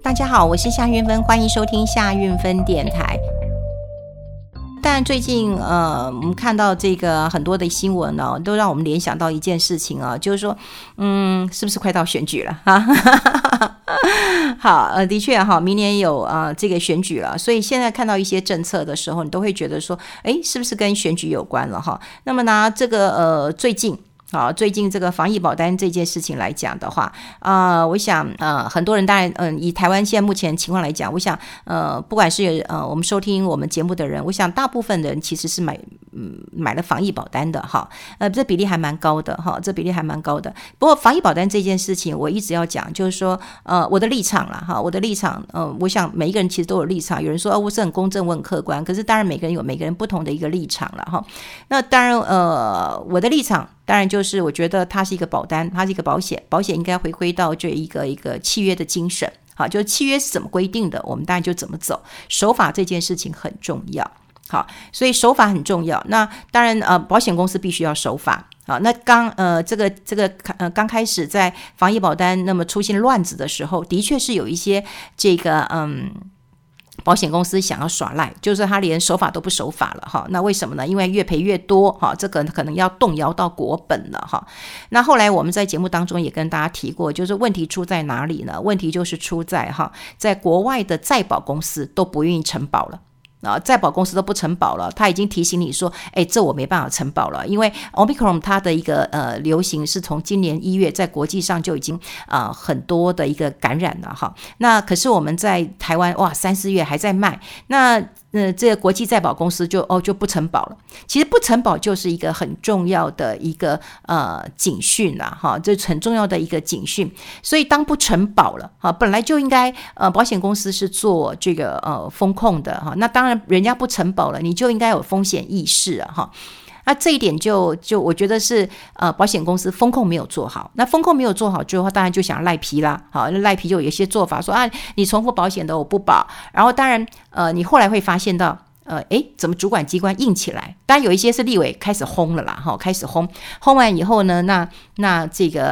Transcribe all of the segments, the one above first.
大家好，我是夏运芬，欢迎收听夏运芬电台。但最近我们看到这个很多的新闻呢，都让我们联想到一件事情啊，就是说是不是快到选举了啊？好，的确哈，明年有这个选举了，所以现在看到一些政策的时候，你都会觉得说，是不是跟选举有关了哈？那么拿这个最近这个防疫保单这件事情来讲的话，我想很多人当然以台湾现在目前情况来讲，我想不管是我们收听我们节目的人，我想大部分人其实是买了防疫保单的哈，这比例还蛮高的哈，这比例还蛮高的。不过防疫保单这件事情，我一直要讲，就是说我的立场啦哈，我的立场我想每一个人其实都有立场，有人说我是很公正，我很客观，可是当然每个人有每个人不同的一个立场了哈。那当然我的立场。当然就是我觉得它是一个保单，它是一个保险应该回归到这一个契约的精神，好，就是契约是怎么规定的，我们当然就怎么走，守法这件事情很重要，好，所以守法很重要。那当然保险公司必须要守法，好，那刚开始在防疫保单那么出现乱子的时候，的确是有一些这个保险公司想要耍赖，就是他连守法都不守法了哈。那为什么呢？因为越赔越多哈，这个可能要动摇到国本了哈。那后来我们在节目当中也跟大家提过，就是问题出在哪里呢？问题就是出在在国外的再保公司都不愿意承保了。再保公司都不承保了，他已经提醒你说，这我没办法承保了，因为 Omicron 它的一个流行是从今年1月在国际上就已经很多的一个感染了哈。那可是我们在台湾3、4月还在卖，那这个国际再保公司就不承保了。其实不承保就是一个很重要的一个警讯啦哈，这是很重要的一个警讯。所以当不承保了本来就应该保险公司是做这个风控的哈，那当然人家不承保了，你就应该有风险意识啊哈。那这一点就我觉得是保险公司风控没有做好。那风控没有做好之后，当然就想赖皮啦。好，赖皮就有一些做法说你重复保险的我不保。然后当然你后来会发现到怎么主管机关硬起来？当然有一些是立委开始轰了啦，开始轰完以后呢，那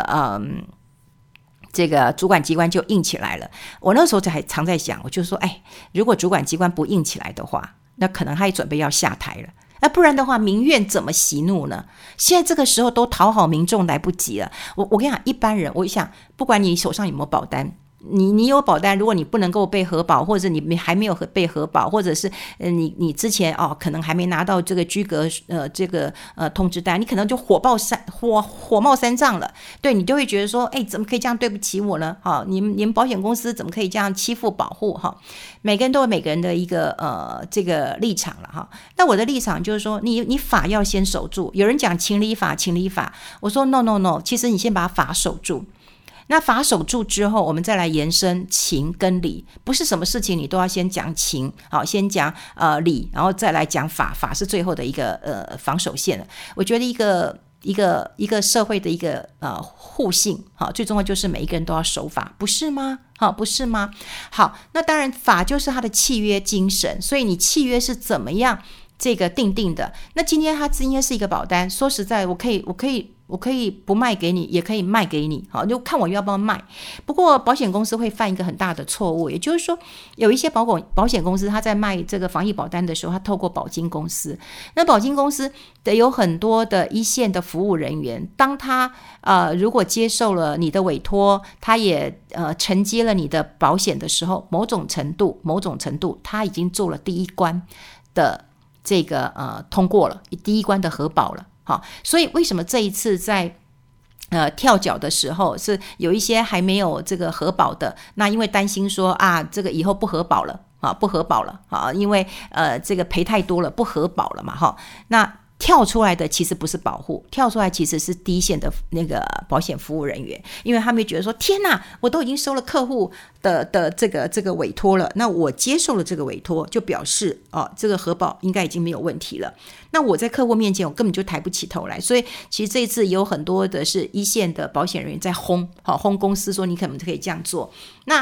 这个主管机关就硬起来了。我那时候还常在想，我就说如果主管机关不硬起来的话，那可能他也准备要下台了。不然的话民怨怎么息怒呢？现在这个时候都讨好民众来不及了。我跟你讲，一般人我想不管你手上有没有保单，你有保单，如果你不能够被核保，或者你还没有被核保，或者是你之前可能还没拿到这个居隔这个通知单，你可能就火冒三丈了。对，你就会觉得说怎么可以这样对不起我呢？你们保险公司怎么可以这样欺负保护每个人都有每个人的一个这个立场了哈。那我的立场就是说你法要先守住。有人讲情理法，我说 no， 其实你先把法守住。那法守住之后，我们再来延伸情跟理，不是什么事情你都要先讲情，先讲理，然后再来讲法，法是最后的一个防守线。我觉得一个社会的一个互信最重要就是每一个人都要守法，不是吗？不是吗？好，那当然法就是它的契约精神，所以你契约是怎么样这个定的。那今天是一个保单，说实在我可以不卖给你，也可以卖给你，好，就看我要不要卖。不过保险公司会犯一个很大的错误，也就是说有一些保险公司他在卖这个防疫保单的时候，他透过保金公司，那保金公司的有很多的一线的服务人员，当他如果接受了你的委托，他也承接了你的保险的时候，某种程度他已经做了第一关的这个通过了，第一关的核保了。好，所以为什么这一次在跳脚的时候是有一些还没有这个核保的，那因为担心说这个以后不核保了因为这个赔太多了，不核保了嘛那跳出来的其实不是保护，跳出来其实是第一线的那个保险服务人员，因为他们会觉得说天哪，我都已经收了客户的这个委托了，那我接受了这个委托就表示这个核保应该已经没有问题了，那我在客户面前我根本就抬不起头来。所以其实这一次有很多的是一线的保险人员在轰公司说你可不可以这样做。那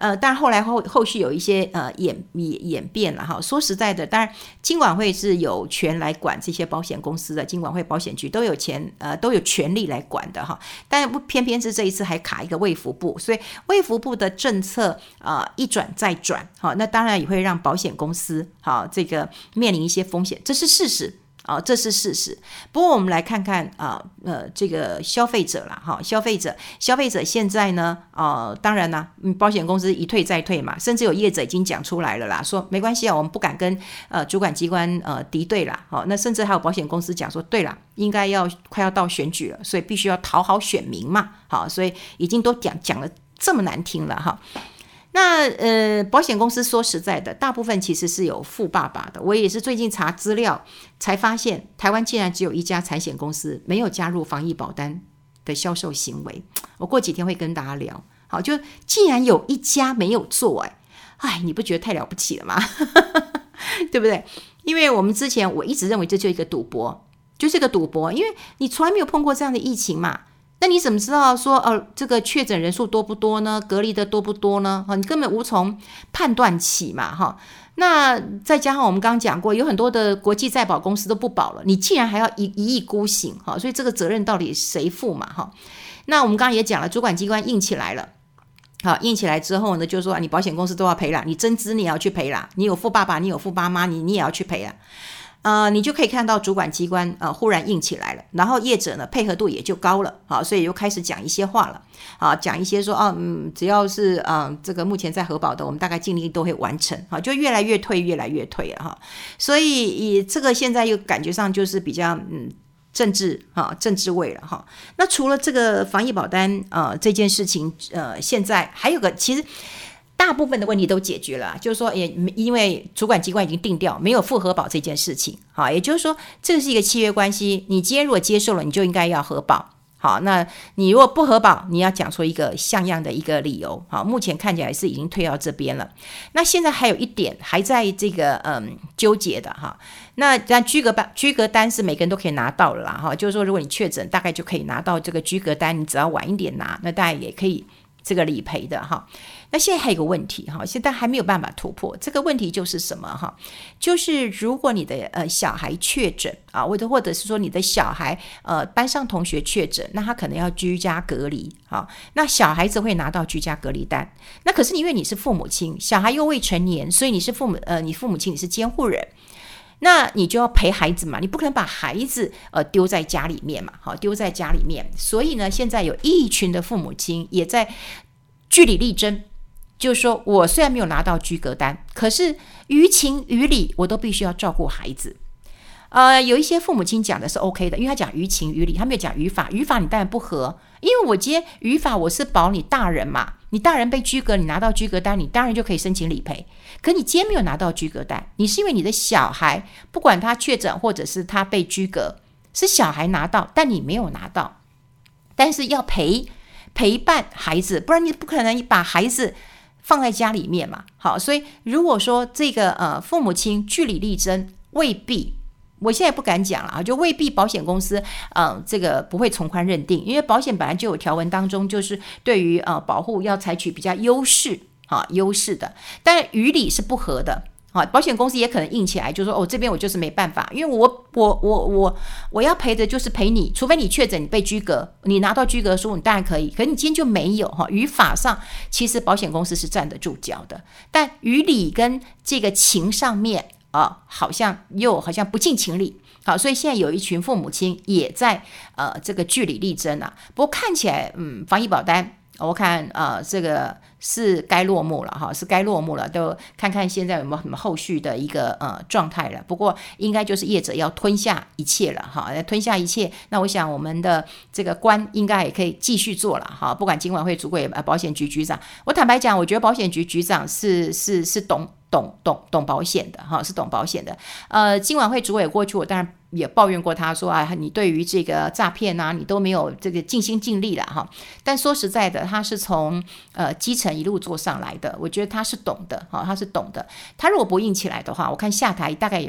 当然后来后续有一些演变了哈。说实在的，当然金管会是有权来管这些保险公司的，金管会、保险局都有权利来管的哈。但偏偏是这一次还卡一个卫福部，所以卫福部的政策一转再转，好，那当然也会让保险公司好这个面临一些风险，这是事实。这是事实。不过我们来看看这个消费者啦，哈，消费者现在呢，当然啦，保险公司一退再退嘛，甚至有业者已经讲出来了啦，说没关系啊，我们不敢跟主管机关敌对啦，好，那甚至还有保险公司讲说，对啦，应该快要到选举了，所以必须要讨好选民嘛，好，所以已经都讲了这么难听了哈。那保险公司说实在的，大部分其实是有富爸爸的。我也是最近查资料才发现，台湾竟然只有一家产险公司没有加入防疫保单的销售行为。我过几天会跟大家聊。好，就竟然有一家没有做，你不觉得太了不起了吗？对不对？因为我们之前我一直认为这就是一个赌博，就是一个赌博，因为你从来没有碰过这样的疫情嘛。那你怎么知道说这个确诊人数多不多呢？隔离的多不多呢？你根本无从判断起嘛，哈。那再加上我们刚刚讲过，有很多的国际再保公司都不保了，你竟然还要一意孤行，哈，所以这个责任到底谁负嘛，哈。那我们刚刚也讲了，主管机关硬起来了。好，硬起来之后呢，就是说你保险公司都要赔啦，你增资你也要去赔啦，你有富爸爸，你有富妈妈，你也要去赔啦。你就可以看到主管机关忽然硬起来了，然后业者呢配合度也就高了，好，所以又开始讲一些话了，好，讲一些说只要是这个目前在核保的，我们大概尽力都会完成，好，就越来越退了哈，所以这个现在又感觉上就是比较政治味了哈。那除了这个防疫保单这件事情，现在还有个其实。大部分的问题都解决了，就是说因为主管机关已经定调没有复核保这件事情，好，也就是说这个是一个契约关系，你今天如果接受了，你就应该要核保，好，那你如果不核保，你要讲出一个像样的一个理由，好，目前看起来是已经退到这边了。那现在还有一点还在这个纠结的哈，那居隔单是每个人都可以拿到了啦哈，就是说如果你确诊，大概就可以拿到这个居隔单，你只要晚一点拿，那大概也可以这个理赔的哈。那现在还有一个问题哈，现在还没有办法突破。这个问题就是什么哈？就是如果你的小孩确诊啊，或者是说你的小孩班上同学确诊，那他可能要居家隔离啊。那小孩子会拿到居家隔离单，那可是因为你是父母亲，小孩又未成年，所以你是你父母亲，你是监护人。那你就要陪孩子嘛，你不可能把孩子丢在家里面嘛，好，丢在家里面。所以呢，现在有一群的父母亲也在据理力争。就是说我虽然没有拿到居隔单，可是于情于理我都必须要照顾孩子。有一些父母亲讲的是 OK 的，因为他讲于情于理，他没有讲于法。于法你当然不合，因为我今天于法我是保你大人嘛，你大人被居隔，你拿到居隔单，你当然就可以申请理赔。可你今天没有拿到居隔单，你是因为你的小孩，不管他确诊或者是他被居隔，是小孩拿到，但你没有拿到，但是要陪伴孩子，不然你不可能把孩子放在家里面嘛，好，所以如果说这个父母亲据理力争，未必，我现在不敢讲了啊，就未必保险公司这个不会从宽认定，因为保险本来就有条文当中就是对于保护要采取比较优势的，但于理是不合的。保险公司也可能硬起来，就说这边我就是没办法，因为我要赔的就是赔你，除非你确诊你被居隔，你拿到居隔书你当然可以，可是你今天就没有于法上其实保险公司是站得住脚的，但于理跟这个情上面好像不近情理。好，所以现在有一群父母亲也在这个据理力争啊。不过看起来防疫保单我看这个是该落幕了哈，是该落幕了，都看看现在有没有什么后续的一个状态了。不过应该就是业者要吞下一切了哈，吞下一切。那我想我们的这个官应该也可以继续做了哈，不管金管会主委、保险局局长，我坦白讲，我觉得保险局局长是懂保险的哈，是懂保险的。金管会主委过去，我当然也抱怨过他说你对于这个诈骗啊，你都没有这个尽心尽力了哈。但说实在的，他是从基层一路做上来的，我觉得他是懂的哈，他是懂的。他如果不硬起来的话，我看下台大概也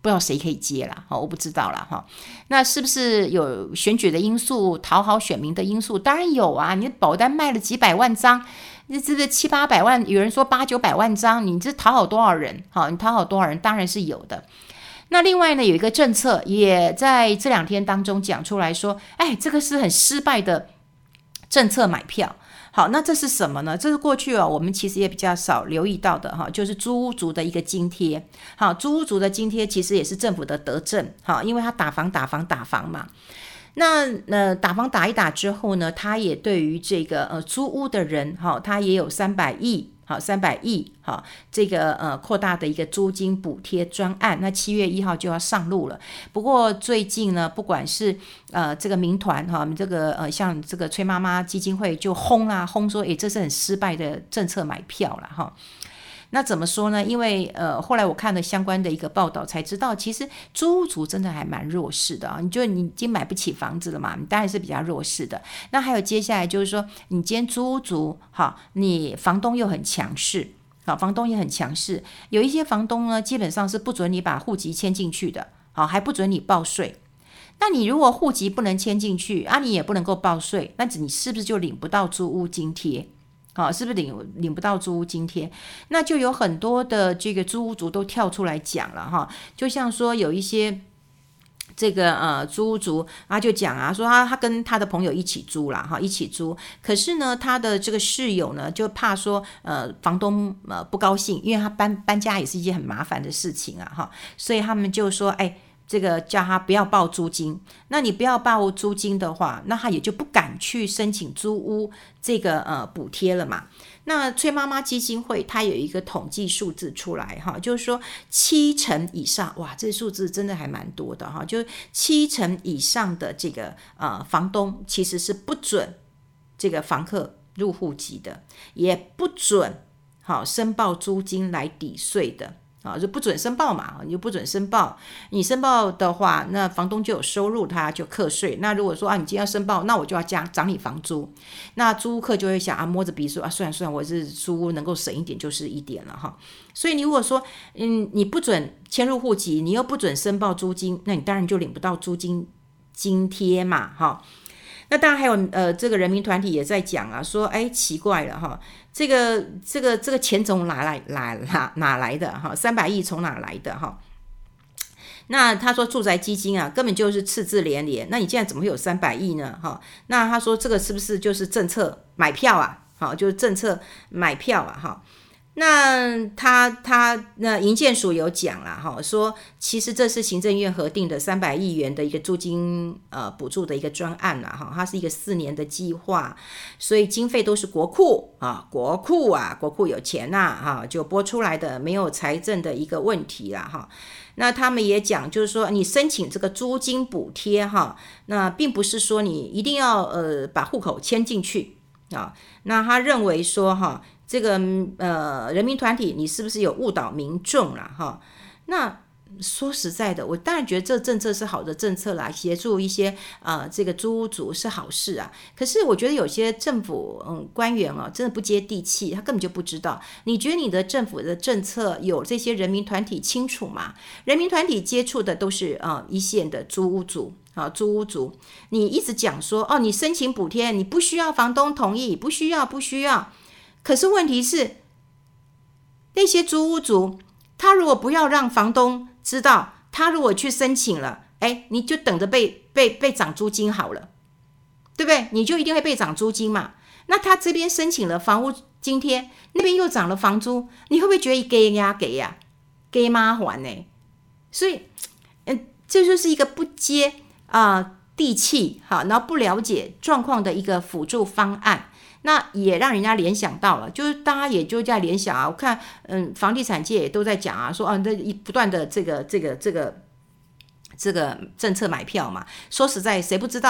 不知道谁可以接啦，我不知道啦哈。那是不是有选举的因素、讨好选民的因素？当然有啊！你的保单卖了几百万张，你这个700-800万，有人说800-900万张，你这讨好多少人？好，你讨好多少人？当然是有的。那另外呢，有一个政策也在这2天当中讲出来说，这个是很失败的政策买票。好，那这是什么呢？这是过去我们其实也比较少留意到的就是租屋族的一个津贴。好，租屋族的津贴其实也是政府的德政，好，因为他打房嘛。那打房打一打之后呢，他也对于这个租屋的人，他也有300亿。好，300亿，好，这个扩大的一个租金补贴专案，那7月1号就要上路了。不过最近呢，不管是这个民团哈，这个像这个崔妈妈基金会就轰说，这是很失败的政策买票了哈。那怎么说呢？因为后来我看了相关的一个报道才知道，其实租屋族真的还蛮弱势的啊。你已经买不起房子了嘛，你当然是比较弱势的。那还有接下来就是说，你今天租屋族，好，你房东又很强势，好，房东也很强势。有一些房东呢，基本上是不准你把户籍迁进去的，好，还不准你报税。那你如果户籍不能迁进去啊，你也不能够报税，那你是不是就领不到租屋津贴？好，是不是领不到租屋津贴？那就有很多的这个租屋族都跳出来讲了哈，就像说有一些这个租屋族就讲说他跟他的朋友一起租啦哈，一起租，可是呢他的这个室友呢就怕说房东不高兴，因为他搬家也是一件很麻烦的事情哈，所以他们就说这个叫他不要报租金，那你不要报租金的话，那他也就不敢去申请租屋这个补贴了嘛。那崔妈妈基金会它有一个统计数字出来哈，就是说70%以上，哇，这数字真的还蛮多的哈，就是70%以上的这个房东其实是不准这个房客入户籍的，也不准申报租金来抵税的。就不准申报嘛，你就不准申报。你申报的话，那房东就有收入，他就课税。那如果说你今天要申报，那我就要涨你房租。那租客就会想摸着鼻子说算了，我是租屋能够省一点就是一点了哈。所以你如果说你不准迁入户籍，你又不准申报租金，那你当然就领不到租金津贴嘛哈。那当然还有这个人民团体也在讲说奇怪了哈，这个钱从哪来的哈？300亿从哪来的哈？那他说住宅基金根本就是赤字连连，那你现在怎么会有300亿呢哈？那他说这个是不是就是政策买票好，就是政策买票哈？那那营建署有讲啦说其实这是行政院核定的300亿元的一个租金补助的一个专案啦它是一个4年的计划，所以经费都是国库国库有钱就拨出来的，没有财政的一个问题啦那他们也讲，就是说你申请这个租金补贴那并不是说你一定要把户口迁进去那他认为说这个人民团体你是不是有误导民众啦那说实在的，我当然觉得这政策是好的政策啦，协助一些这个租屋族是好事可是我觉得有些政府官员真的不接地气，他根本就不知道。你觉得你的政府的政策有这些人民团体清楚吗？人民团体接触的都是一线的租屋族租屋族，你一直讲说你申请补贴你不需要房东同意，不需要。可是问题是，那些租屋族，他如果不要让房东知道，他如果去申请了，你就等着被涨租金好了，对不对？你就一定会被涨租金嘛。那他这边申请了房屋津贴，那边又涨了房租，你会不会觉得给麻烦呢？所以，这就是一个不接地气然后不了解状况的一个辅助方案。那也让人家联想到了，就是大家也就在联想我看房地产界也都在讲说这不断的这个政策买票嘛。说实在，谁不知道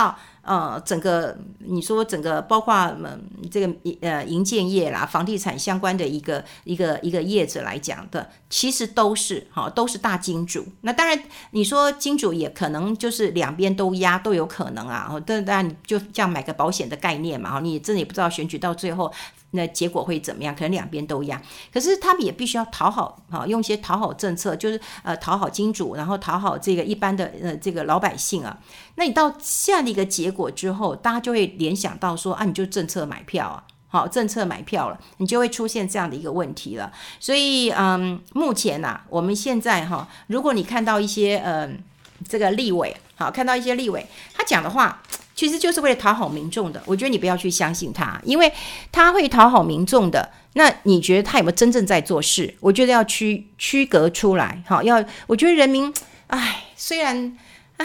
整个你说整个包括这个营建业啦、房地产相关的一个业者来讲的，其实都是大金主。那当然你说金主也可能就是两边都压都有可能啊，当然你就这样买个保险的概念嘛，你真的也不知道选举到最后那结果会怎么样，可能两边都压，可是他们也必须要讨好用一些讨好政策，就是讨好金主，然后讨好这个一般的这个老百姓啊。那你到这样的一个结果之后，大家就会联想到说你就政策买票啊。好，政策买票了，你就会出现这样的一个问题了。所以目前我们现在如果你看到一些这个立委，看到一些立委他讲的话，其实就是为了讨好民众的，我觉得你不要去相信他，因为他会讨好民众的，那你觉得他有没有真正在做事？我觉得要区隔出来。我觉得人民虽然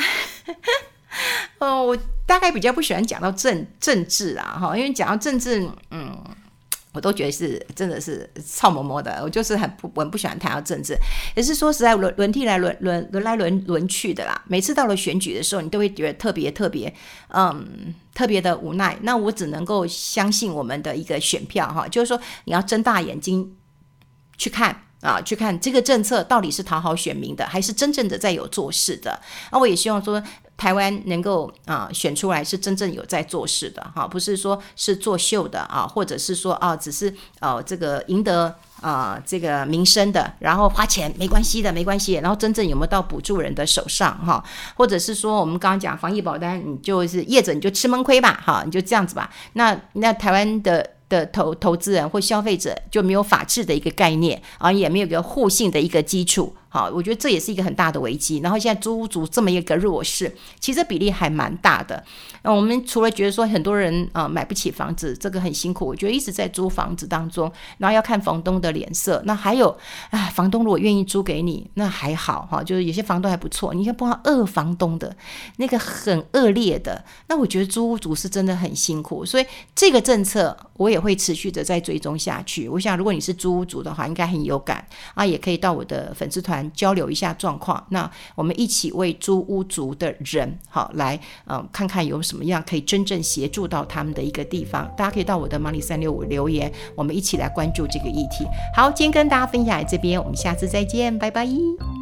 我大概比较不喜欢讲到政治啦，因为讲到政治我都觉得是真的是臭摸摸的，我就是很不喜欢谈到政治，也是说实在轮替来轮去的啦。每次到了选举的时候，你都会觉得特别的无奈。那我只能够相信我们的一个选票就是说你要睁大眼睛去看这个政策到底是讨好选民的，还是真正的在有做事的。我也希望说台湾能够选出来是真正有在做事的不是说是作秀的或者是说只是这个赢得这个民生的，然后花钱没关系，然后真正有没有到补助人的手上或者是说我们刚刚讲防疫保单，你就是业者你就吃闷亏吧你就这样子吧。那台湾的投资人或消费者就没有法治的一个概念也没有一个互信的一个基础。我觉得这也是一个很大的危机。然后现在租屋族这么一个弱势，其实比例还蛮大的。我们除了觉得说很多人买不起房子，这个很辛苦，我觉得一直在租房子当中，然后要看房东的脸色。那还有房东如果愿意租给你，那还好就是有些房东还不错。你看碰到二房东的那个很恶劣的，那我觉得租屋族是真的很辛苦。所以这个政策我也会持续的再追踪下去。我想如果你是租屋族的话，应该很有感也可以到我的粉丝团交流一下状况。那我们一起为租屋族的人来看看有什么样可以真正协助到他们的一个地方。大家可以到我的 Money365 留言，我们一起来关注这个议题。好，今天跟大家分享在这边，我们下次再见，拜拜。